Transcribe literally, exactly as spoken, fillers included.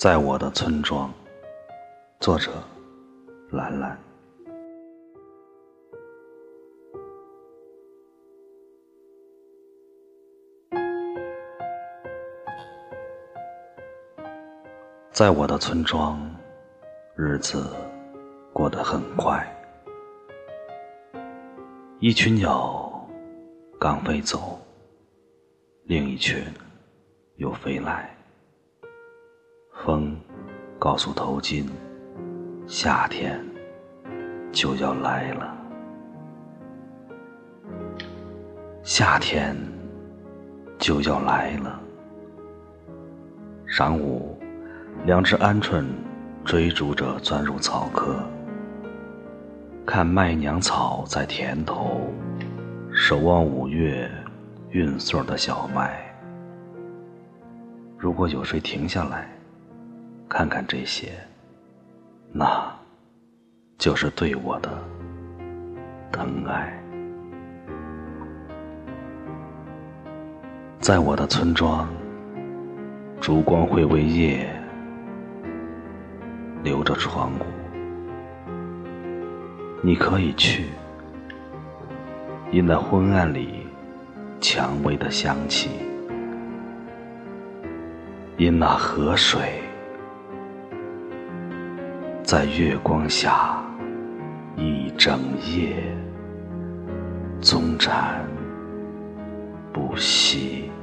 在我的村庄，作者兰兰。在我的村庄，日子过得很快。一群鸟刚飞走，另一群又飞来。风告诉头巾，夏天就要来了。夏天就要来了。晌午，两只鹌鹑追逐着钻入草窠，看麦娘草在田头，守望五月运穗的小麦。如果有谁停下来看看这些，那就是对我的疼爱。在我的村庄，烛光会为夜留着窗户，你可以去，因那昏暗里蔷薇的香气，因那河水在月光下一整夜踪缠不息。